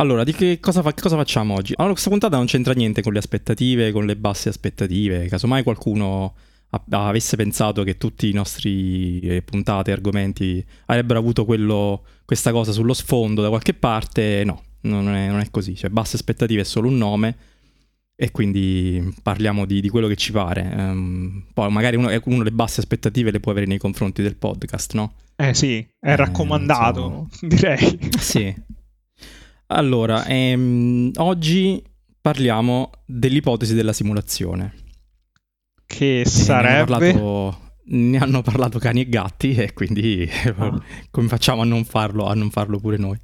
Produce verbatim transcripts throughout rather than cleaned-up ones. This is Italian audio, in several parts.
allora, di che cosa, fa- che cosa facciamo oggi? Allora, questa puntata non c'entra niente con le aspettative, con le basse aspettative. Casomai qualcuno a- avesse pensato che tutti i nostri eh, puntate, argomenti avrebbero avuto quello, questa cosa sullo sfondo da qualche parte, no, non è, non è così. Cioè, basse aspettative è solo un nome e quindi parliamo di, di quello che ci pare. Ehm, poi magari uno, uno le basse aspettative le può avere nei confronti del podcast, no? Eh sì, è Eh, raccomandato, so. direi. Sì. Allora, ehm, oggi parliamo dell'ipotesi della simulazione. Che Eh, ne hanno sarebbe... parlato, ne hanno parlato cani e gatti e quindi Ah. come facciamo a non farlo, a non farlo pure noi?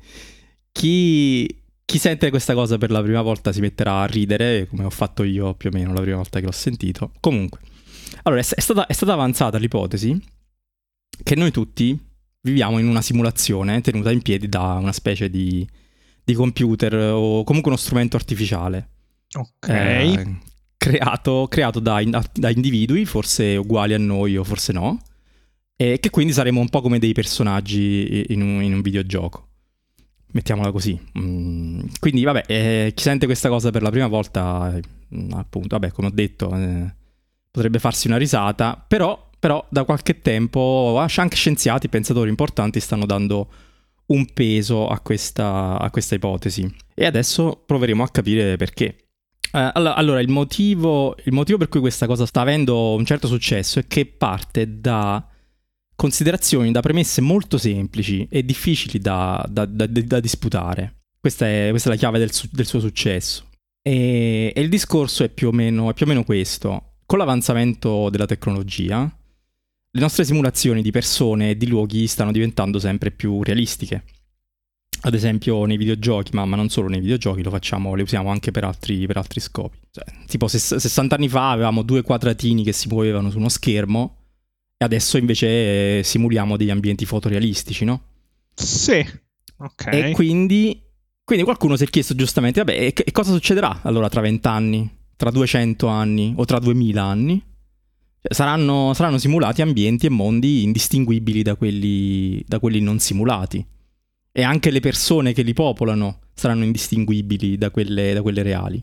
Chi, chi sente questa cosa per la prima volta si metterà a ridere, come ho fatto io più o meno la prima volta che l'ho sentito. Comunque, allora, è, è stata, è stata avanzata l'ipotesi che noi tutti viviamo in una simulazione tenuta in piedi da una specie di, di computer o comunque uno strumento artificiale. Ok. Eh, creato, creato da, in- da individui, forse uguali a noi o forse no, e che quindi saremo un po' come dei personaggi in un, in un videogioco. Mettiamola così. Mm, quindi, vabbè, eh, chi sente questa cosa per la prima volta, eh, appunto, vabbè, come ho detto, eh, potrebbe farsi una risata, però, però da qualche tempo anche scienziati, pensatori importanti stanno dando un peso a questa, a questa ipotesi. E adesso proveremo a capire perché. Eh, allo- allora, il motivo, il motivo per cui questa cosa sta avendo un certo successo è che parte da considerazioni, da premesse molto semplici e difficili da, da- da- da disputare. Questa è, questa è la chiave del, su- del suo successo. E, e il discorso è più o meno, è più o meno questo. Con l'avanzamento della tecnologia, le nostre simulazioni di persone e di luoghi stanno diventando sempre più realistiche. Ad esempio nei videogiochi, ma, ma non solo nei videogiochi, lo facciamo, le usiamo anche per altri, per altri scopi. Cioè, tipo ses- sessanta anni fa avevamo due quadratini che si muovevano su uno schermo e adesso invece eh, simuliamo degli ambienti fotorealistici, no? Sì. Ok. E quindi, quindi qualcuno si è chiesto giustamente, vabbè, e, e cosa succederà allora tra venti anni, tra duecento anni o tra duemila anni? Cioè, saranno, saranno simulati ambienti e mondi indistinguibili da quelli, da quelli non simulati. E anche le persone che li popolano saranno indistinguibili da quelle, da quelle reali.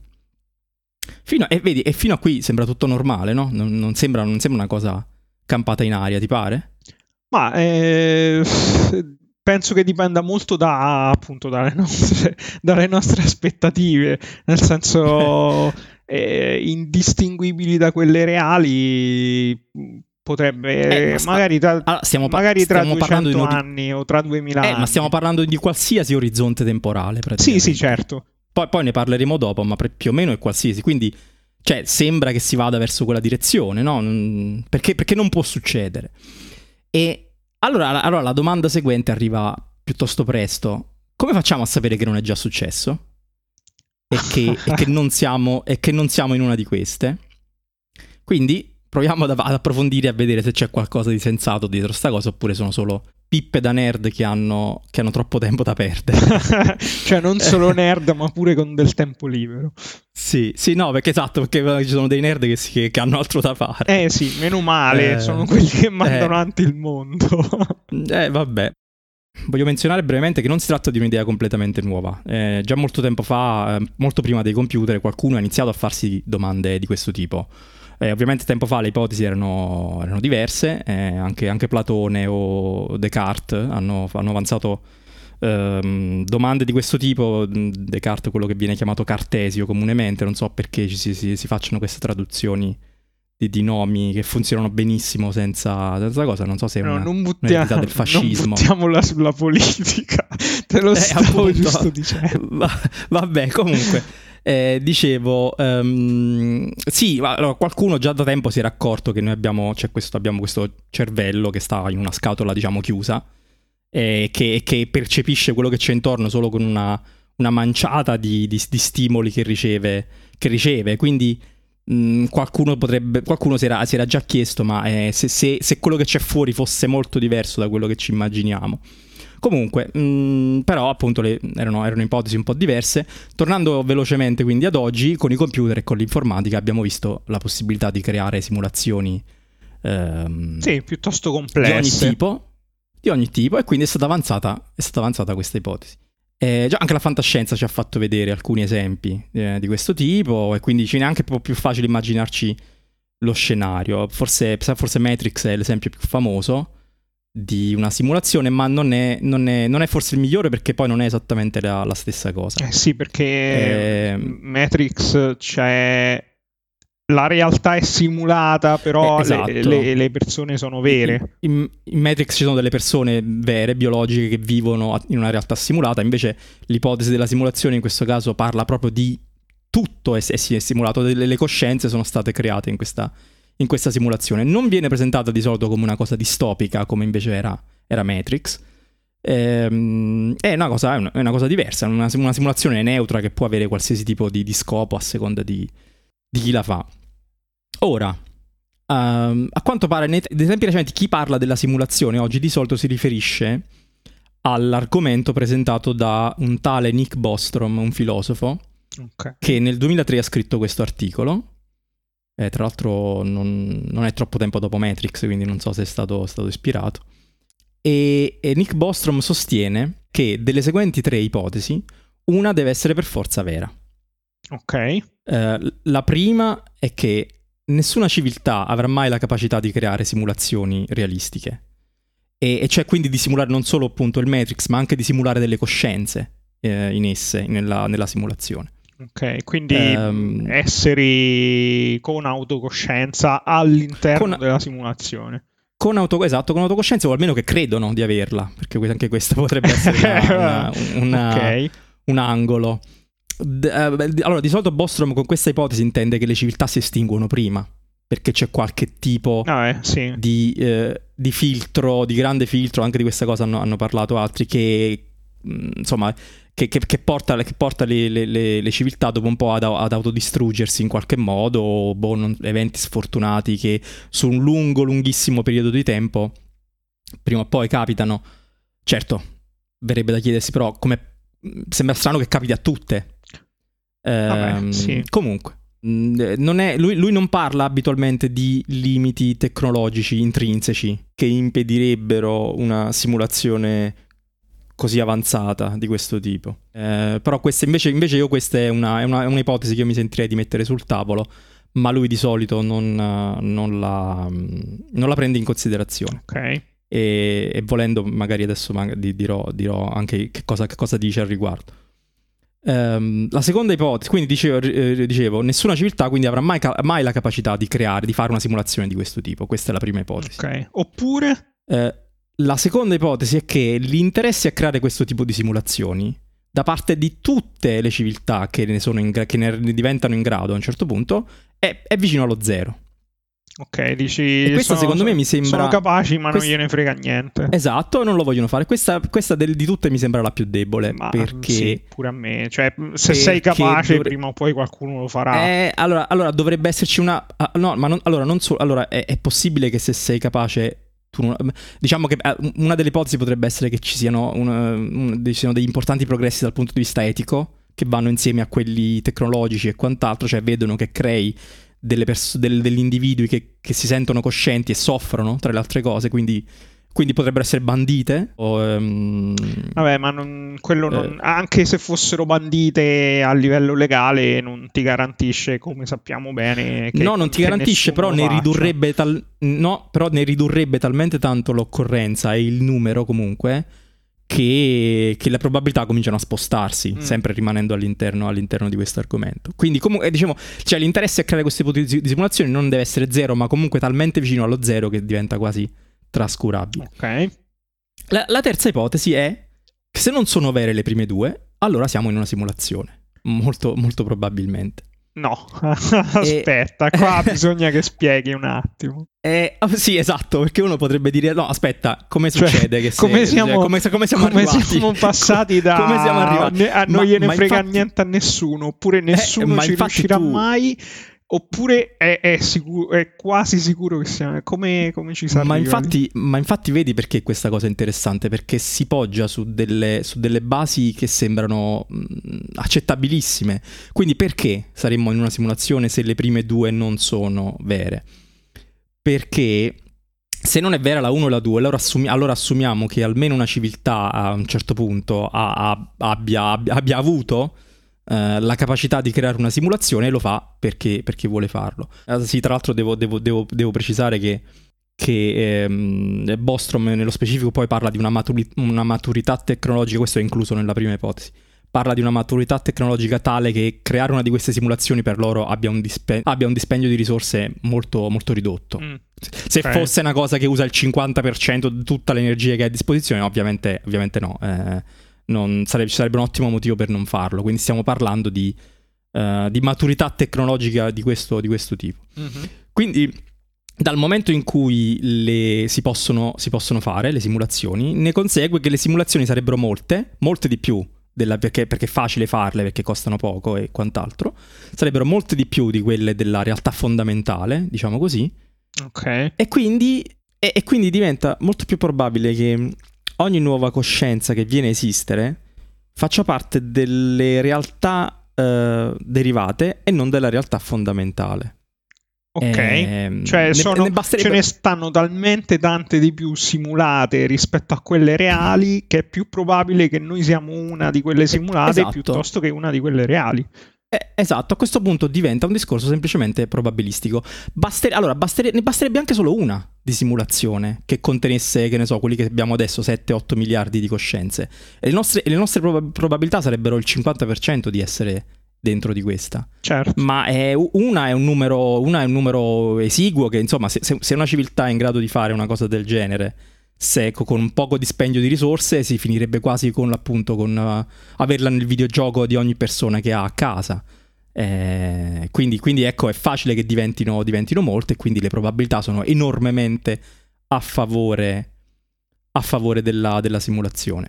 Fino a, e vedi, e fino a qui sembra tutto normale, no? Non, non sembra, non sembra una cosa campata in aria, ti pare? Ma eh, penso che dipenda molto da, appunto, dalle nostre, dalle nostre aspettative, nel senso eh, indistinguibili da quelle reali potrebbe Eh, ma sta- magari tra, allora, stiamo, pa- magari tra stiamo parlando di duecento un ori- anni o tra duemila Eh, anni. ma stiamo parlando di qualsiasi orizzonte temporale, Sì, praticamente. sì, certo. Poi, poi ne parleremo dopo, ma pre- più o meno è qualsiasi. Quindi, cioè, sembra che si vada verso quella direzione, no? Non- Perché, perché non può succedere. E allora, la- allora la domanda seguente arriva piuttosto presto. Come facciamo a sapere che non è già successo? E che, e che non siamo, e che non siamo in una di queste? Quindi proviamo ad, ad approfondire e a vedere se c'è qualcosa di sensato dietro sta cosa oppure sono solo pippe da nerd che hanno, che hanno troppo tempo da perdere. Cioè non solo nerd ma pure con del tempo libero. Sì, sì, no, perché esatto, perché ci sono dei nerd che, si, che hanno altro da fare. Eh sì, meno male, Eh, sono quelli che mandano eh. avanti il mondo. Eh, vabbè. Voglio menzionare brevemente che non si tratta di un'idea completamente nuova. Eh, già molto tempo fa, eh, molto prima dei computer, qualcuno ha iniziato a farsi domande di questo tipo. Eh, ovviamente tempo fa le ipotesi erano, erano diverse, eh, anche, anche Platone o Descartes hanno, hanno avanzato ehm, domande di questo tipo. Descartes è quello che viene chiamato cartesio comunemente, non so perché ci si, si, si facciano queste traduzioni di, di nomi che funzionano benissimo senza, senza cosa, non so se è No, una, non un'eredità buttiamo, del fascismo. non buttiamola sulla politica, te lo Eh, stavo appunto. giusto dicendo. Va- vabbè, comunque, eh, dicevo, ehm, sì, ma allora, qualcuno già da tempo si era accorto che noi abbiamo, cioè questo, abbiamo questo cervello che sta in una scatola, diciamo, chiusa, e che, che percepisce quello che c'è intorno solo con una, una manciata di, di- di stimoli che riceve, che riceve. Quindi mh, qualcuno potrebbe, qualcuno si era, si era già chiesto, ma eh, se, se- se quello che c'è fuori fosse molto diverso da quello che ci immaginiamo. Comunque, mh, però appunto le, erano, erano ipotesi un po' diverse. Tornando velocemente quindi ad oggi, con i computer e con l'informatica abbiamo visto la possibilità di creare simulazioni ehm, Sì, piuttosto di ogni complesse. tipo, di ogni tipo, e quindi è stata avanzata, è stata avanzata questa ipotesi. Eh, già anche la fantascienza ci ha fatto vedere alcuni esempi eh, di questo tipo, e quindi ci è anche un po' più facile immaginarci lo scenario. Forse, forse Matrix è l'esempio più famoso di una simulazione, ma non è, non è, non è forse il migliore, perché poi non è esattamente la, la stessa cosa. Eh sì, perché Eh, Matrix c'è... La realtà è simulata, però Eh, esatto. le, le- le persone sono vere. In, in- in Matrix ci sono delle persone vere, biologiche, che vivono in una realtà simulata. Invece l'ipotesi della simulazione in questo caso parla proprio di tutto, e si è simulato. Delle le coscienze sono state create in questa, in questa simulazione. Non viene presentata di solito come una cosa distopica, come invece era, era Matrix. Ehm, è, una cosa, è, una, è una cosa diversa, una, una simulazione neutra che può avere qualsiasi tipo di, di scopo a seconda di, di chi la fa. Ora, um, a quanto pare, nei esempi recenti, chi parla della simulazione oggi di solito si riferisce all'argomento presentato da un tale Nick Bostrom, un filosofo, Okay. che nel duemilatré ha scritto questo articolo. Eh, tra l'altro non, non è troppo tempo dopo Matrix, quindi non so se è stato, stato ispirato. E, e Nick Bostrom sostiene che delle seguenti tre ipotesi, una deve essere per forza vera. Ok. Eh, la prima è che nessuna civiltà avrà mai la capacità di creare simulazioni realistiche, e, e cioè quindi di simulare non solo appunto il Matrix, ma anche di simulare delle coscienze eh, in esse, nella, nella simulazione. Ok, quindi Ehm, esseri con autocoscienza all'interno Con- della simulazione. Con auto, esatto, con autocoscienza, o almeno che credono di averla, perché que- anche questa potrebbe essere una, una- una- Ok. un angolo. D- eh, beh, di- allora, di solito Bostrom con questa ipotesi intende che le civiltà si estinguono prima, perché c'è qualche tipo Ah, eh, sì. di, eh, di filtro, di grande filtro, anche di questa cosa hanno, hanno parlato altri, che mh, insomma, che, che- che porta, che porta le, le- le- le civiltà dopo un po' ad, ad autodistruggersi in qualche modo, o boh, non- eventi sfortunati che su un lungo, lunghissimo periodo di tempo prima o poi capitano. Certo, verrebbe da chiedersi però come, sembra strano che capiti a tutte. Vabbè, Ehm, sì. Comunque, mh, non è, lui, lui non parla abitualmente di limiti tecnologici intrinseci che impedirebbero una simulazione così avanzata di questo tipo. Eh, però questa invece, invece io questa è una, è una, è un'ipotesi che io mi sentirei di mettere sul tavolo, ma lui di solito non, non la, non la prende in considerazione. Ok. E, e volendo magari adesso magari dirò, dirò anche che cosa, che cosa dice al riguardo. Ehm, la seconda ipotesi, quindi dicevo, eh, dicevo, nessuna civiltà quindi avrà mai, ca- mai la capacità di creare, di fare una simulazione di questo tipo. Questa è la prima ipotesi. Ok. Oppure... Eh, la seconda ipotesi è che l'interesse a creare questo tipo di simulazioni da parte di tutte le civiltà che ne, sono in gra- che ne diventano in grado a un certo punto è, è vicino allo zero. Ok, dici... E questa sono, secondo me mi sembra... Sono capaci, ma quest- non gliene frega niente. Esatto, non lo vogliono fare. Questa, questa del- di tutte mi sembra la più debole, Ma perché... sì, pure a me. Cioè, se sei perché capace, dovre- prima o poi qualcuno lo farà. Eh, allora, allora dovrebbe esserci una... ah, no, ma non, allora, non solo... Allora, è, è possibile che se sei capace... Tu non, diciamo che eh, una delle ipotesi potrebbe essere che ci siano, una, un, ci siano degli importanti progressi dal punto di vista etico, che vanno insieme a quelli tecnologici e quant'altro, cioè vedono che crei delle pers- del, degli individui che, che si sentono coscienti e soffrono, tra le altre cose, quindi... Quindi potrebbero essere bandite o, ehm, Vabbè, ma non, quello non, eh, anche se fossero bandite a livello legale, non ti garantisce, come sappiamo bene, che, no, non ti che garantisce, però nessuno ne lo faccia. ridurrebbe tal- no, però ne ridurrebbe talmente tanto l'occorrenza e il numero comunque che, che le probabilità cominciano a spostarsi, Mm. sempre rimanendo all'interno, all'interno di questo argomento. Quindi comunque diciamo, cioè l'interesse a creare queste ipotesi di simulazione non deve essere zero, ma comunque talmente vicino allo zero che diventa quasi trascurabile. Ok. La, la terza ipotesi è che se non sono vere le prime due, allora siamo in una simulazione. Molto, molto probabilmente. No, aspetta, qua bisogna che spieghi un attimo. Eh, oh, sì, esatto, perché uno potrebbe dire no, aspetta, come Cioè, succede che se, come siamo, cioè, come, come siamo come arrivati? siamo passati da come siamo arrivati? ne- a non Ma- gliene ma frega infatti- niente a nessuno, oppure nessuno ma ci infatti riuscirà tu- mai, oppure è, è, sicuro, è quasi sicuro che siamo. Come, come ci si Ma arriva lì? infatti, ma infatti vedi perché questa cosa è interessante, perché si poggia su delle, su delle basi che sembrano mh, accettabilissime. Quindi perché saremmo in una simulazione se le prime due non sono vere? Perché Se non è vera la uno e la due, allora, assumi- allora assumiamo che almeno una civiltà a un certo punto ha- ha- abbia, abbia, abbia avuto eh, la capacità di creare una simulazione, e lo fa perché, perché vuole farlo. Eh, sì, tra l'altro devo, devo, devo, devo precisare che, che ehm, Bostrom nello specifico poi parla di una, maturi- una maturità tecnologica, questo è incluso nella prima ipotesi. Parla di una maturità tecnologica tale che creare una di queste simulazioni per loro abbia un, dispe- abbia un dispendio di risorse molto, molto ridotto. Mm, Se okay. fosse una cosa che usa il cinquanta per cento di tutta l'energia che ha a disposizione, ovviamente, ovviamente no. Eh, non sarebbe, ci sarebbe un ottimo motivo per non farlo. Quindi stiamo parlando di, uh, di maturità tecnologica di questo, di questo tipo. Mm-hmm. Quindi dal momento in cui le, si, possono, si possono fare le simulazioni, ne consegue che le simulazioni sarebbero molte, molte di più. Della, perché, perché è facile farle, perché costano poco e quant'altro, sarebbero molte di più di quelle della realtà fondamentale, diciamo così. Ok. E quindi, e, e quindi diventa molto più probabile che ogni nuova coscienza che viene a esistere faccia parte delle realtà eh, derivate e non della realtà fondamentale. Ok, eh, cioè ne, sono, ne basterebbe... ce ne stanno talmente tante di più simulate rispetto a quelle reali che è più probabile che noi siamo una di quelle simulate esatto. piuttosto che una di quelle reali. Eh, esatto, a questo punto diventa un discorso semplicemente probabilistico. Baster- allora, bastere- ne basterebbe anche solo una di simulazione che contenesse, che ne so, quelli che abbiamo adesso, sette otto miliardi di coscienze. E le nostre, le nostre prob- probabilità sarebbero il cinquanta per cento di essere dentro di questa. Certo. Ma è, una, è un numero, una è un numero esiguo che, insomma, se, se una civiltà è in grado di fare una cosa del genere, se con un poco dispendio di risorse si finirebbe quasi con, appunto, con uh, averla nel videogioco di ogni persona che ha a casa. Eh, quindi, quindi ecco, è facile che diventino, diventino molte, e quindi le probabilità sono enormemente a favore, a favore della, della simulazione.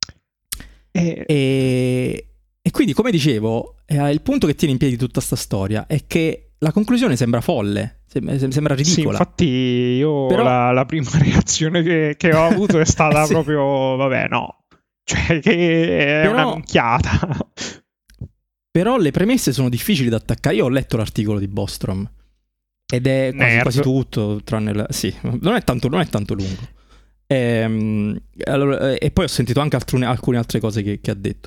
E... e E quindi, come dicevo, eh, il punto che tiene in piedi tutta sta storia è che la conclusione sembra folle, sem- sembra ridicola. Sì, infatti io Però... la, la prima reazione che, che ho avuto è stata sì. proprio, vabbè, no, cioè che è Però... una minchiata. Però le premesse sono difficili da attaccare. Io ho letto l'articolo di Bostrom ed è quasi, quasi tutto, tranne la... Sì, non è tanto, non è tanto lungo. E, allora, e poi ho sentito anche alcune, alcune altre cose che, che ha detto.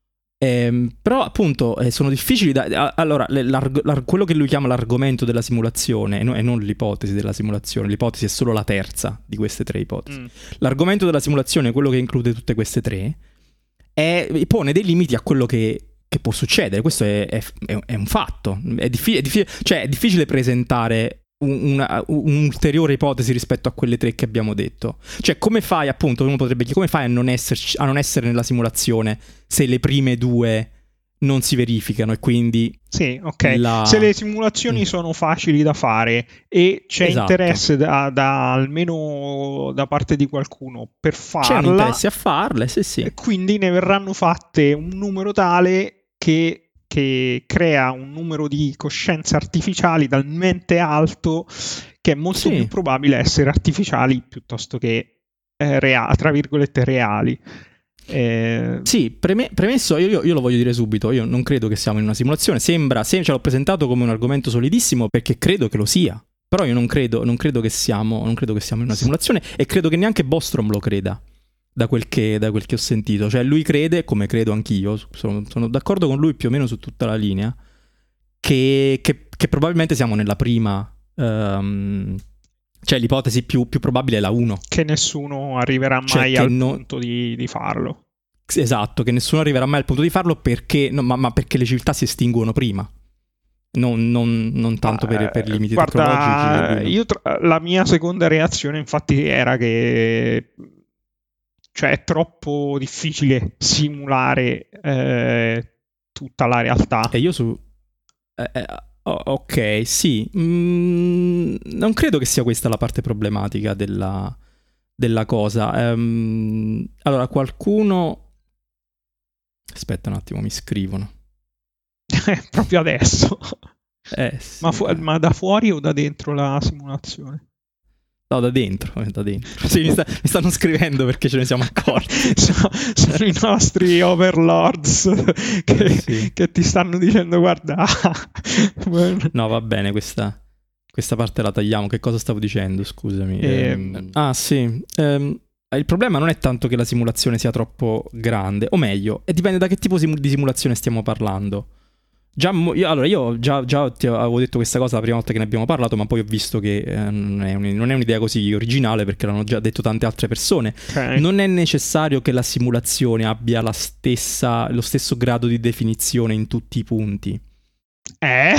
Eh, però appunto eh, sono difficili da... Allora, l'arg- l'arg- quello che lui chiama l'argomento della simulazione e, no, e non l'ipotesi della simulazione, l'ipotesi è solo la terza di queste tre ipotesi. Mm. L'argomento della simulazione, quello che include tutte queste tre, è, pone dei limiti a quello che, che può succedere. Questo è, è, è un fatto. È, diffi- è, diffi- cioè, è difficile presentare Una, un'ulteriore ipotesi rispetto a quelle tre che abbiamo detto. Cioè, come fai, appunto, uno potrebbe chiedere, come fai a non, esserci, a non essere nella simulazione se le prime due non si verificano e quindi... Sì, ok. La... Se le simulazioni mm. sono facili da fare e c'è esatto. interesse da, da almeno da parte di qualcuno per farla... C'è un interesse a farle, sì, sì. Quindi ne verranno fatte un numero tale che... che crea un numero di coscienze artificiali talmente alto che è molto sì. più probabile essere artificiali piuttosto che eh, rea- tra virgolette reali. Eh... Sì, preme- premesso, io, io, io lo voglio dire subito, io non credo che siamo in una simulazione, sembra, se ce l'ho presentato come un argomento solidissimo perché credo che lo sia, però io non credo, non credo che siamo, non credo che siamo in una simulazione e credo che neanche Bostrom lo creda. Da quel, che, da quel che ho sentito, cioè lui crede, come credo anch'io, sono, sono d'accordo con lui più o meno su tutta la linea, che, che, che probabilmente siamo nella prima, um, cioè l'ipotesi più, più probabile è la uno. Che nessuno arriverà cioè mai al no... punto di, di farlo. Esatto, che nessuno arriverà mai al punto di farlo perché, no, ma, ma perché le civiltà si estinguono prima. Non, non, non tanto per, per limiti guarda, tecnologici. Io tra... la mia seconda reazione infatti era che... cioè è troppo difficile simulare eh, tutta la realtà. E io su... Eh, eh, oh, ok, sì. Mm, non credo che sia questa la parte problematica della, della cosa. Um, allora, qualcuno... Aspetta un attimo, mi scrivono. Proprio adesso. Eh, sì, ma, fu- eh. ma da fuori o da dentro la simulazione? No, da dentro, da dentro. Sì, mi, sta, mi stanno scrivendo perché ce ne siamo accorti. sono, sono i nostri overlords che, sì. che ti stanno dicendo guarda. No, va bene questa. questa parte la tagliamo. Che cosa stavo dicendo? Scusami. Ehm... Eh, ah, sì. Ehm, il problema non è tanto che la simulazione sia troppo grande, o meglio, e dipende da che tipo di simulazione stiamo parlando. Già, io, allora, io già, già ti avevo detto questa cosa la prima volta che ne abbiamo parlato, ma poi ho visto che eh, non, è un, non è un'idea così originale, perché l'hanno già detto tante altre persone. Okay. Non è necessario che la simulazione abbia la stessa, lo stesso grado di definizione in tutti i punti. Eh?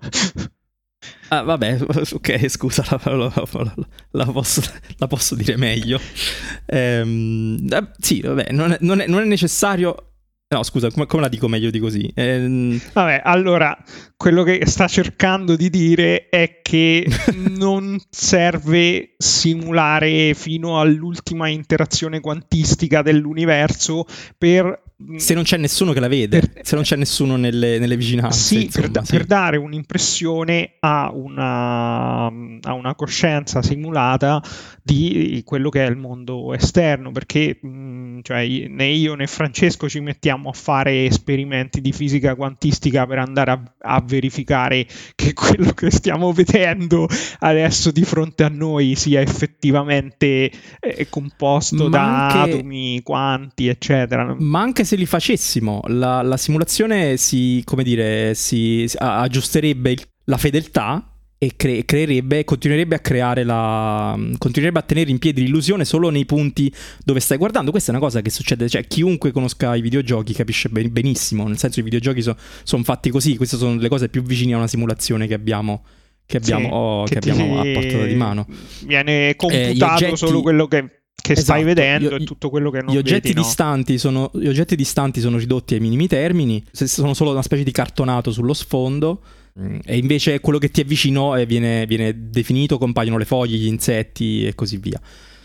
Ah, vabbè, ok, scusa, la, la, la, la, posso, la posso dire meglio. Ehm, eh, sì, vabbè, non è, non è, non è necessario... No, scusa, come, come la dico meglio di così? Ehm... Vabbè, allora, quello che sta cercando di dire è che non serve simulare fino all'ultima interazione quantistica dell'universo per... Se non c'è nessuno che la vede, per, se non c'è nessuno nelle, nelle vicinanze. Sì, insomma, per, da, sì, per dare un'impressione a una, a una coscienza simulata di quello che è il mondo esterno, perché mh, cioè, né io né Francesco ci mettiamo a fare esperimenti di fisica quantistica per andare a, a verificare che quello che stiamo vedendo adesso di fronte a noi sia effettivamente eh, composto ma da anche, atomi, quanti, eccetera. Ma anche se li facessimo, la, la simulazione si, come dire, si, si aggiusterebbe il, la fedeltà e cre- creerebbe, continuerebbe a creare la, continuerebbe a tenere in piedi l'illusione solo nei punti dove stai guardando. Questa è una cosa che succede, cioè chiunque conosca i videogiochi capisce ben, benissimo, nel senso i videogiochi so, sono fatti così, queste sono le cose più vicine a una simulazione che abbiamo, che abbiamo, sì, oh, che che abbiamo a portata di mano. Viene computato eh, oggetti, solo quello che... che esatto, stai vedendo io, e tutto quello che non gli oggetti vedi, no? distanti sono, gli oggetti distanti sono ridotti ai minimi termini, sono solo una specie di cartonato sullo sfondo, mm. e invece quello che ti è vicino viene, viene definito, compaiono le foglie, gli insetti e così via.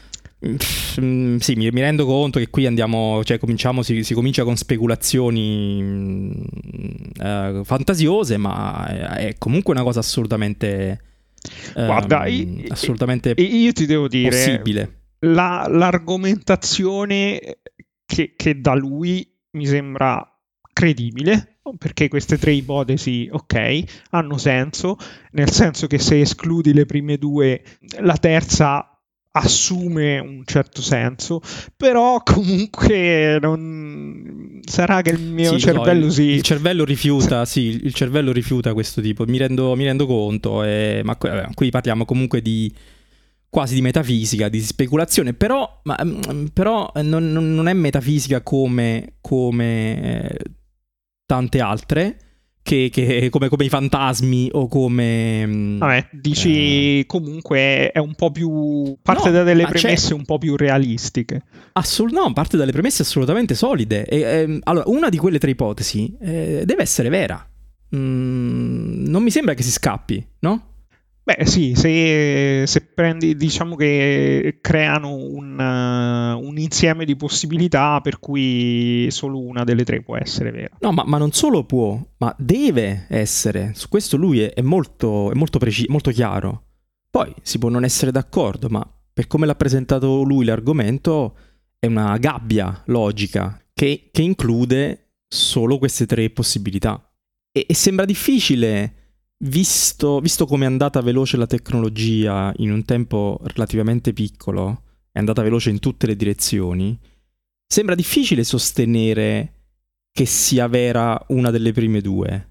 Mm, sì, mi, mi rendo conto che qui andiamo, cioè cominciamo, si, si comincia con speculazioni mm, eh, fantasiose, ma è, è comunque una cosa assolutamente Guarda, ehm, io, assolutamente io ti devo dire possibile. La, l'argomentazione che, che da lui mi sembra credibile, perché queste tre ipotesi, ok, hanno senso, nel senso che se escludi le prime due, la terza assume un certo senso, però comunque non... sarà che il mio sì, cervello so, il, si... il cervello rifiuta, sì, il cervello rifiuta questo tipo, mi rendo, mi rendo conto, eh, ma vabbè, qui parliamo comunque di quasi di metafisica, di speculazione, però, ma, però non, non è metafisica come, come eh, tante altre, che, che come, come i fantasmi o come... Vabbè, dici eh... comunque è un po' più... parte no, da delle premesse c'è... un po' più realistiche. Assolut- no, parte dalle premesse assolutamente solide. E, eh, allora, una di quelle tre ipotesi eh, deve essere vera. Mm, non mi sembra che si scappi, no? Beh sì, se, se prendi, diciamo che creano un, uh, un insieme di possibilità per cui solo una delle tre può essere vera. No, ma, ma non solo può, ma deve essere. Su questo lui è, è molto, è molto, preci- molto chiaro. Poi si può non essere d'accordo, ma per come l'ha presentato lui l'argomento è una gabbia logica che, che include solo queste tre possibilità. E, e sembra difficile... Visto, visto come è andata veloce la tecnologia in un tempo relativamente piccolo, è andata veloce in tutte le direzioni, sembra difficile sostenere che sia vera una delle prime due.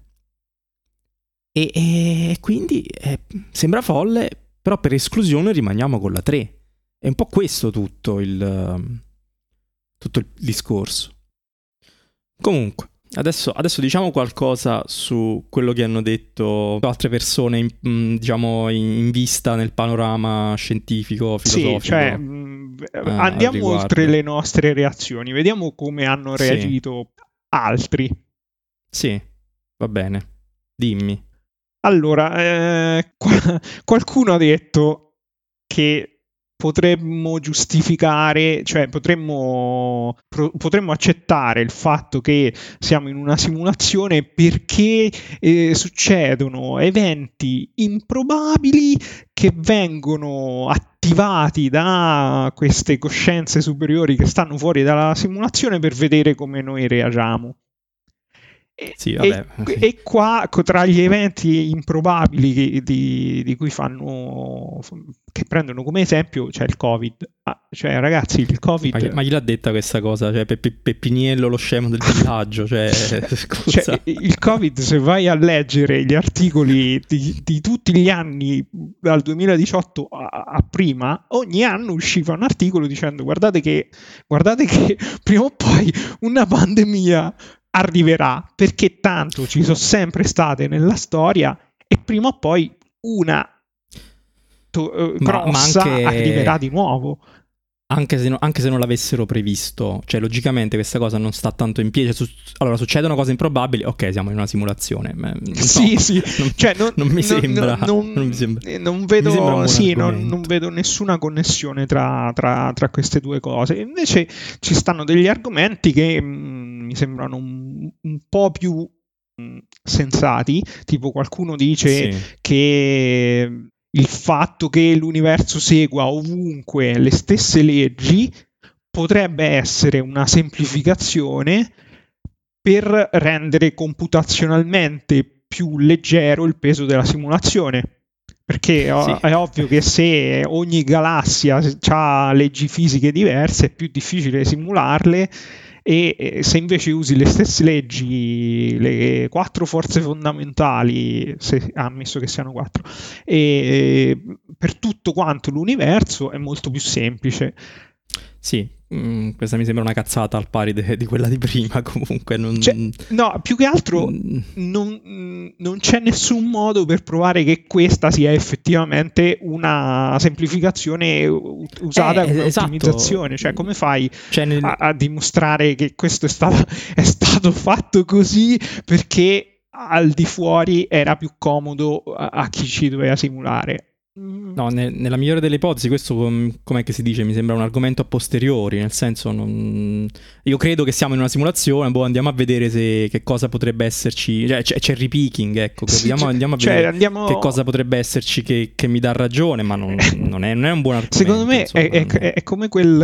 E, e quindi eh, sembra folle, però per esclusione rimaniamo con la tre. È un po' questo tutto il, tutto il discorso. Comunque. Adesso, adesso diciamo qualcosa su quello che hanno detto altre persone in, diciamo in vista nel panorama scientifico, filosofico. Sì, cioè mh, andiamo oltre le nostre reazioni, vediamo come hanno reagito sì. altri. Sì, va bene, dimmi. Allora, eh, qualcuno ha detto che potremmo giustificare, cioè potremmo, pro, potremmo accettare il fatto che siamo in una simulazione perché eh, succedono eventi improbabili che vengono attivati da queste coscienze superiori che stanno fuori dalla simulazione per vedere come noi reagiamo. E, sì, vabbè, e, sì. e qua tra gli eventi improbabili che, di, di cui fanno, che prendono come esempio c'è il Covid. Ah, cioè ragazzi, il Covid, ma, ma chi l'ha detta questa cosa? Cioè Pe- Pe- Peppiniello, lo scemo del villaggio, cioè, scusa. Cioè, il Covid, se vai a leggere gli articoli di, di tutti gli anni dal duemiladiciotto a, a prima, ogni anno usciva un articolo dicendo guardate che, guardate che prima o poi una pandemia arriverà, perché tanto ci sono sempre state nella storia e prima o poi una to- eh, Ma- ma grossa anche- arriverà di nuovo. Anche se, no- anche se non l'avessero previsto, cioè logicamente questa cosa non sta tanto in piedi. Cioè, su- allora succedono cose improbabili, ok, siamo in una simulazione. Ma, no, sì, sì, non, cioè, non, non mi non- sembra. non, non mi sembra. eh, non mi sembra un vedo, buon sì, non, argomento. non vedo nessuna connessione tra, tra- tra queste due cose. Invece ci stanno degli argomenti che mh, mi sembrano un, un po' più mh, sensati, tipo qualcuno dice Sì. che il fatto che l'universo segua ovunque le stesse leggi potrebbe essere una semplificazione per rendere computazionalmente più leggero il peso della simulazione. Perché Sì. è ovvio che se ogni galassia ha leggi fisiche diverse è più difficile simularle, e se invece usi le stesse leggi, le quattro forze fondamentali, se, ammesso che siano quattro, e per tutto quanto l'universo è molto più semplice. Sì, mm, questa mi sembra una cazzata al pari de- di quella di prima, comunque non... Cioè, no, più che altro Mm. non, non c'è nessun modo per provare che questa sia effettivamente una semplificazione u- usata Eh, come esatto. ottimizzazione. Cioè, come fai Cioè, nel- a, a dimostrare che questo è stato, è stato fatto così perché al di fuori era più comodo a, a chi ci doveva simulare? No, ne- nella migliore delle ipotesi, questo com- com'è che si dice? Mi sembra un argomento a posteriori, nel senso, non... io credo che siamo in una simulazione, boh, andiamo a vedere se che cosa potrebbe esserci, cioè c'è, c'è il repicking, ecco, Sì, andiamo, cioè- andiamo a cioè, vedere andiamo- che cosa potrebbe esserci che, che mi dà ragione, ma non, non, è, non è un buon argomento. Secondo me insomma, è, è- non- è come quel,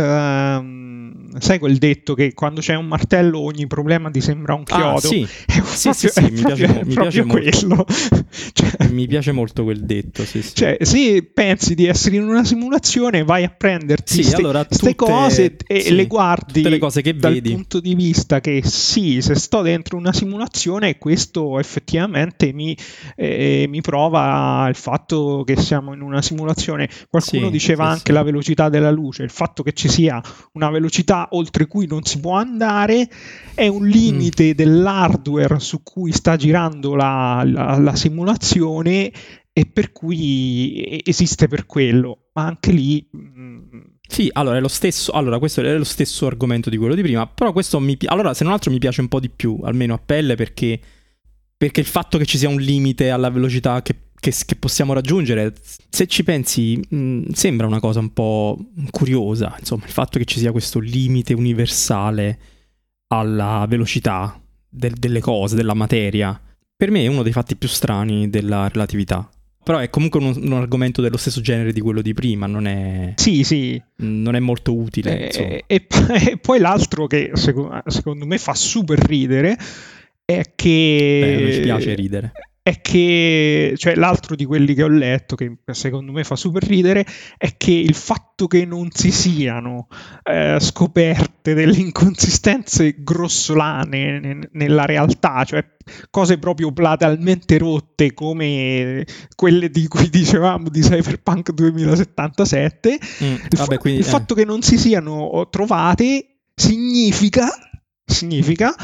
ehm, sai quel detto che quando c'è un martello ogni problema ti sembra un chiodo. Ah, sì, È sì, proprio, sì, sì, è mi proprio- piace, mo- è mi proprio piace molto. quello. Cioè, Mi piace molto quel detto, sì, sì. cioè, se pensi di essere in una simulazione, vai a prenderti Sì, allora, queste tutte- cose e sì, le guardi tutte le cose che dal vedi. punto di vista che sì, se sto dentro una simulazione, questo effettivamente mi, eh, mi prova il fatto che siamo in una simulazione. Qualcuno Sì, diceva sì, anche sì. la velocità della luce, il fatto che ci sia una velocità oltre cui non si può andare è un limite Mm. dell'hardware su cui sta girando la, la, la simulazione, e per cui esiste per quello, ma anche lì mh, Sì, allora è lo stesso. Allora, questo è lo stesso argomento di quello di prima. Però questo mi pi- allora, se non altro, mi piace un po' di più, almeno a pelle, perché, perché il fatto che ci sia un limite alla velocità che, che, che possiamo raggiungere, se ci pensi, mh, sembra una cosa un po' curiosa. Insomma, il fatto che ci sia questo limite universale alla velocità del- delle cose, della materia, per me è uno dei fatti più strani della relatività. Però è comunque un, un argomento dello stesso genere di quello di prima, non è, sì, sì. non è molto utile. insomma. E, e poi- e poi l'altro che secondo, secondo me fa super ridere è che Beh, a noi ci piace ridere. è che, cioè l'altro di quelli che ho letto che secondo me fa super ridere è che il fatto che non si siano eh, scoperte delle inconsistenze grossolane ne- nella realtà, cioè cose proprio platealmente rotte come quelle di cui dicevamo di Cyberpunk duemilasettantasette, Mm, il, vabbè, fa- quindi, il eh. fatto che non si siano trovate significa, significa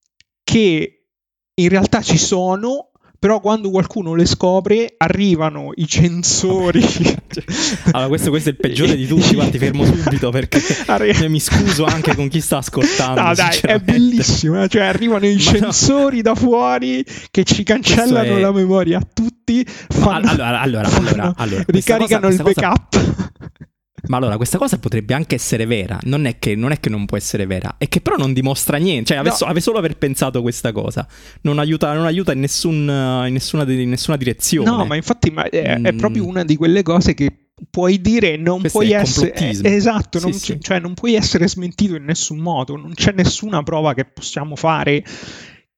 che in realtà ci sono, però quando qualcuno le scopre arrivano i censori. Allora, questo, questo è il peggiore di tutti. Guarda, ti fermo subito perché Arri- mi scuso anche con chi sta ascoltando. No, dai, è sinceramente. bellissimo, eh? Cioè arrivano i Ma no. censori da fuori che ci cancellano Questo è- la memoria a tutti, Ma fanno- allora, allora, fanno- allora, allora, questa ricaricano cosa- il questa backup. Ma allora, questa cosa potrebbe anche essere vera. Non è che non, è che non può essere vera, è che però non dimostra niente. Cioè, ave, No. so- ave solo aver pensato questa cosa non aiuta, non aiuta in, nessun, in, nessuna, in nessuna direzione. No, ma infatti ma è, è Mm. proprio una di quelle cose che puoi dire e non Questo puoi è essere complottismo. eh, esatto, Sì, non, sì. cioè non puoi essere smentito in nessun modo, non c'è nessuna prova che possiamo fare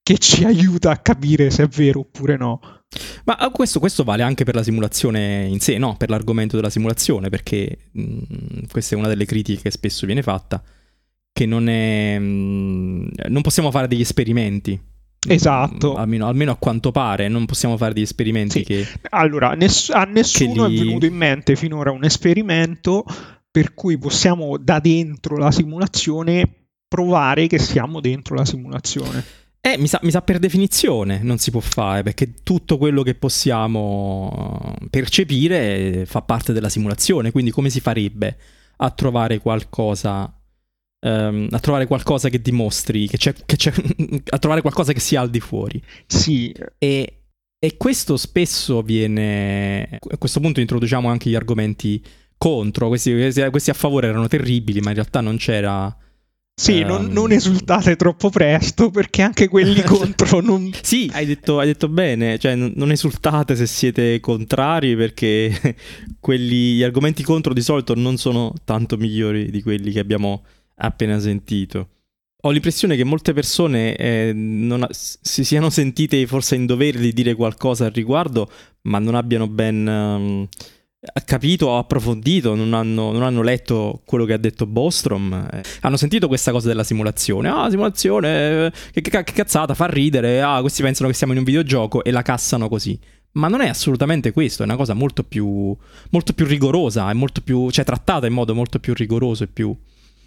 che ci aiuta a capire se è vero oppure no. Ma questo, questo vale anche per la simulazione in sé, no? Per l'argomento della simulazione, perché mh, questa è una delle critiche che spesso viene fatta, che non è... Mh, non possiamo fare degli esperimenti. Esatto. Mh, almeno, almeno a quanto pare, non possiamo fare degli esperimenti sì. che... Allora, ness- a nessuno li... è venuto in mente finora un esperimento per cui possiamo da dentro la simulazione provare che siamo dentro la simulazione. Eh, mi sa, mi sa per definizione non si può fare, perché tutto quello che possiamo percepire fa parte della simulazione, quindi come si farebbe a trovare qualcosa, um, a trovare qualcosa che dimostri, che c'è, che c'è, a trovare qualcosa che sia al di fuori? Sì. E, e questo spesso viene, a questo punto introduciamo anche gli argomenti contro, questi, questi a favore erano terribili, ma in realtà non c'era... Sì, um, non, non esultate troppo presto, perché anche quelli contro non... Sì, hai detto, hai detto bene, cioè non, non esultate se siete contrari, perché quelli, gli argomenti contro di solito non sono tanto migliori di quelli che abbiamo appena sentito. Ho l'impressione che molte persone eh, non ha, si siano sentite forse in dovere di dire qualcosa al riguardo, ma non abbiano ben... Um, capito o approfondito, non hanno, non hanno letto quello che ha detto Bostrom, eh, hanno sentito questa cosa della simulazione, ah simulazione, che, che, che cazzata, fa ridere, ah questi pensano che siamo in un videogioco e la cassano così, ma non è assolutamente questo, è una cosa molto più, molto più rigorosa, è molto più, cioè trattata in modo molto più rigoroso e più...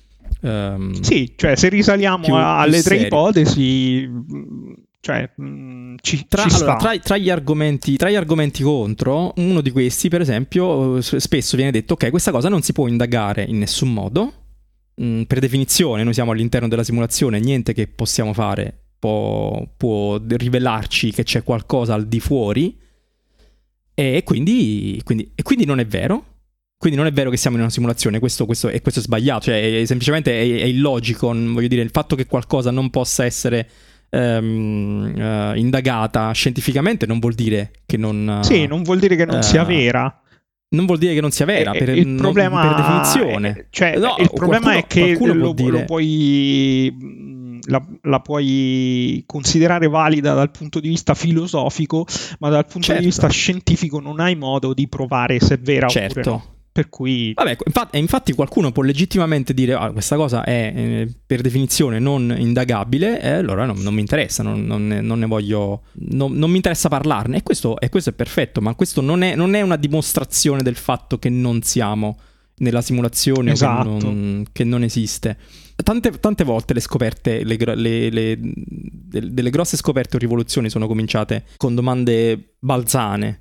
Um, sì, cioè se risaliamo più, alle più tre ipotesi... Cioè, mh, ci, tra, ci allora, sta. tra, tra, gli argomenti, tra gli argomenti contro, uno di questi, per esempio, spesso viene detto: ok, questa cosa non si può indagare in nessun modo. Mm, per definizione, noi siamo all'interno della simulazione, niente che possiamo fare può, può rivelarci che c'è qualcosa al di fuori. E quindi, quindi, e quindi non è vero. Quindi non è vero che siamo in una simulazione, questo, questo, e questo è sbagliato. Cioè, è, semplicemente è, è illogico. Voglio dire, il fatto che qualcosa non possa essere. Um, uh, indagata scientificamente non vuol dire che non uh, sì, non vuol dire che non uh, sia vera, non vuol dire che non sia vera, e, per, il problema, non, per definizione è, cioè, no, il problema qualcuno, è che lo, lo, dire... lo puoi la, la puoi considerare valida dal punto di vista filosofico, ma dal punto certo. di vista scientifico non hai modo di provare se è vera certo. oppure no. Per cui... Vabbè, infatti, infatti qualcuno può legittimamente dire ah, questa cosa è eh, per definizione non indagabile e allora non, non mi interessa, non, non, ne, non ne voglio, non, non mi interessa parlarne e questo, e questo è perfetto, ma questo non è, non è una dimostrazione del fatto che non siamo nella simulazione esatto. o che non, che non esiste. Tante, tante volte le scoperte, le, le, le, delle grosse scoperte o rivoluzioni sono cominciate con domande balzane.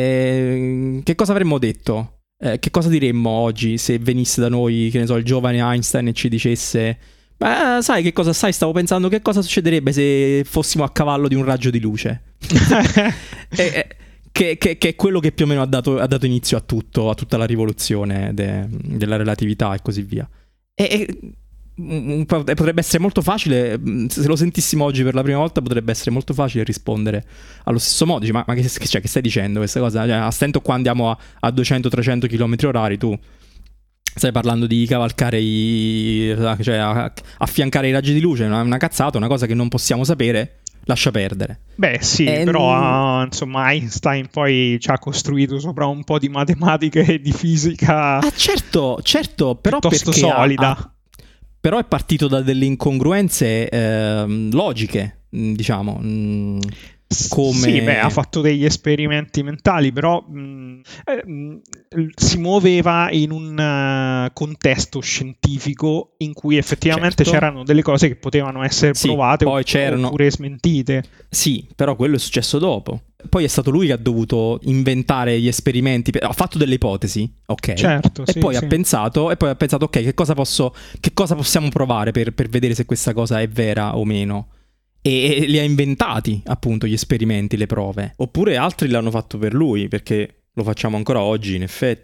E che cosa avremmo detto? Eh, che cosa diremmo oggi se venisse da noi, che ne so, il giovane Einstein e ci dicesse beh, sai che cosa sai? Stavo pensando che cosa succederebbe se fossimo a cavallo di un raggio di luce. e, e, che, che, che è quello che più o meno ha dato, ha dato inizio a tutto, a tutta la rivoluzione de, della relatività e così via. E, e potrebbe essere molto facile, se lo sentissimo oggi per la prima volta, potrebbe essere molto facile rispondere allo stesso modo. Dici, ma, ma che, cioè, che stai dicendo questa cosa? Cioè, a stento qua andiamo a, a duecento trecento chilometri orari, tu stai parlando di cavalcare i, cioè a, affiancare i raggi di luce, una, una cazzata, una cosa che non possiamo sapere, lascia perdere. Beh sì, e però n... insomma Einstein poi ci ha costruito sopra un po' di matematica e di fisica. Ah certo, certo, però piuttosto solida. Ha, però è partito da delle incongruenze eh, logiche, diciamo. Mh, come... Sì, beh, ha fatto degli esperimenti mentali, però mh, eh, mh, si muoveva in un uh, contesto scientifico in cui effettivamente certo. c'erano delle cose che potevano essere sì, provate poi c'erano... oppure smentite. Sì, però quello è successo dopo. Poi è stato lui che ha dovuto inventare gli esperimenti, ha fatto delle ipotesi, ok? Certo, e sì, poi sì. ha pensato, e poi ha pensato, ok, che cosa posso, che cosa possiamo provare per, per vedere se questa cosa è vera o meno? E, e li ha inventati, appunto, gli esperimenti, le prove. Oppure altri l'hanno fatto per lui, perché lo facciamo ancora oggi, in effetti.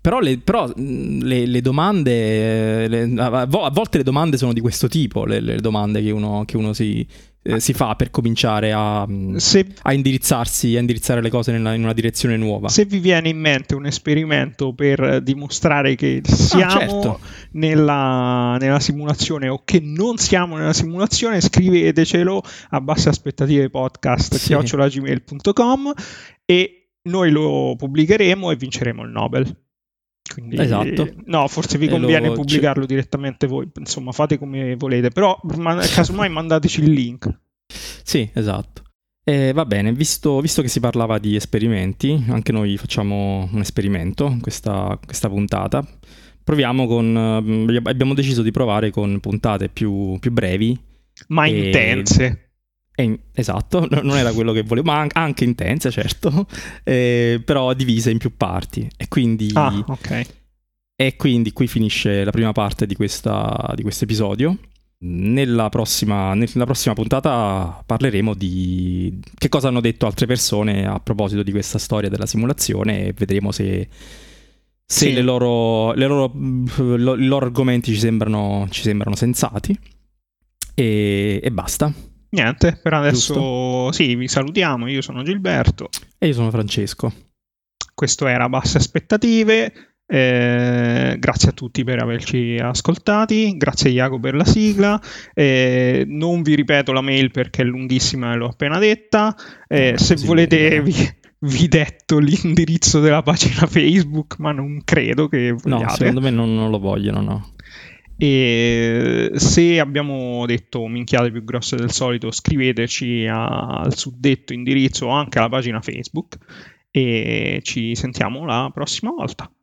Però, le, però le, le domande, le, a volte le domande sono di questo tipo, le, le domande che uno, che uno si, eh, si fa per cominciare a, se, a indirizzarsi, a indirizzare le cose nella, in una direzione nuova. Se vi viene in mente un esperimento per dimostrare che siamo ah, certo. nella, nella simulazione o che non siamo nella simulazione, scrivetecelo a basseaspettativepodcast sì. chiocciola gmail punto com e noi lo pubblicheremo e vinceremo il Nobel. Quindi, esatto. No, forse vi conviene lo... pubblicarlo direttamente voi, insomma fate come volete, però ma, casomai mandateci il link. Sì, esatto. Eh, va bene, visto, visto che si parlava di esperimenti, anche noi facciamo un esperimento in questa, questa puntata. Proviamo con... Eh, abbiamo deciso di provare con puntate più, più brevi. Ma e... intense. Eh, esatto, non era quello che volevo, ma anche intense, certo, eh, però divise in più parti. E quindi, ah, ok. E quindi qui finisce la prima parte di questa, di questo episodio. Nella prossima, nella prossima puntata parleremo di che cosa hanno detto altre persone a proposito di questa storia della simulazione e vedremo se, se sì. le loro, le loro, i loro argomenti ci sembrano, ci sembrano sensati. E, e basta. Niente, per adesso Giusto? Sì, vi salutiamo, io sono Gilberto. E io sono Francesco. Questo era Basse Aspettative, eh, grazie a tutti per averci ascoltati, grazie a Jacopo per la sigla, eh, non vi ripeto la mail perché è lunghissima e l'ho appena detta, eh, se volete vi, vi detto l'indirizzo della pagina Facebook, ma non credo che vogliate. No, secondo me non, non lo vogliono, no. E se abbiamo detto minchiate più grosse del solito, scriveteci a, al suddetto indirizzo o anche alla pagina Facebook e ci sentiamo la prossima volta.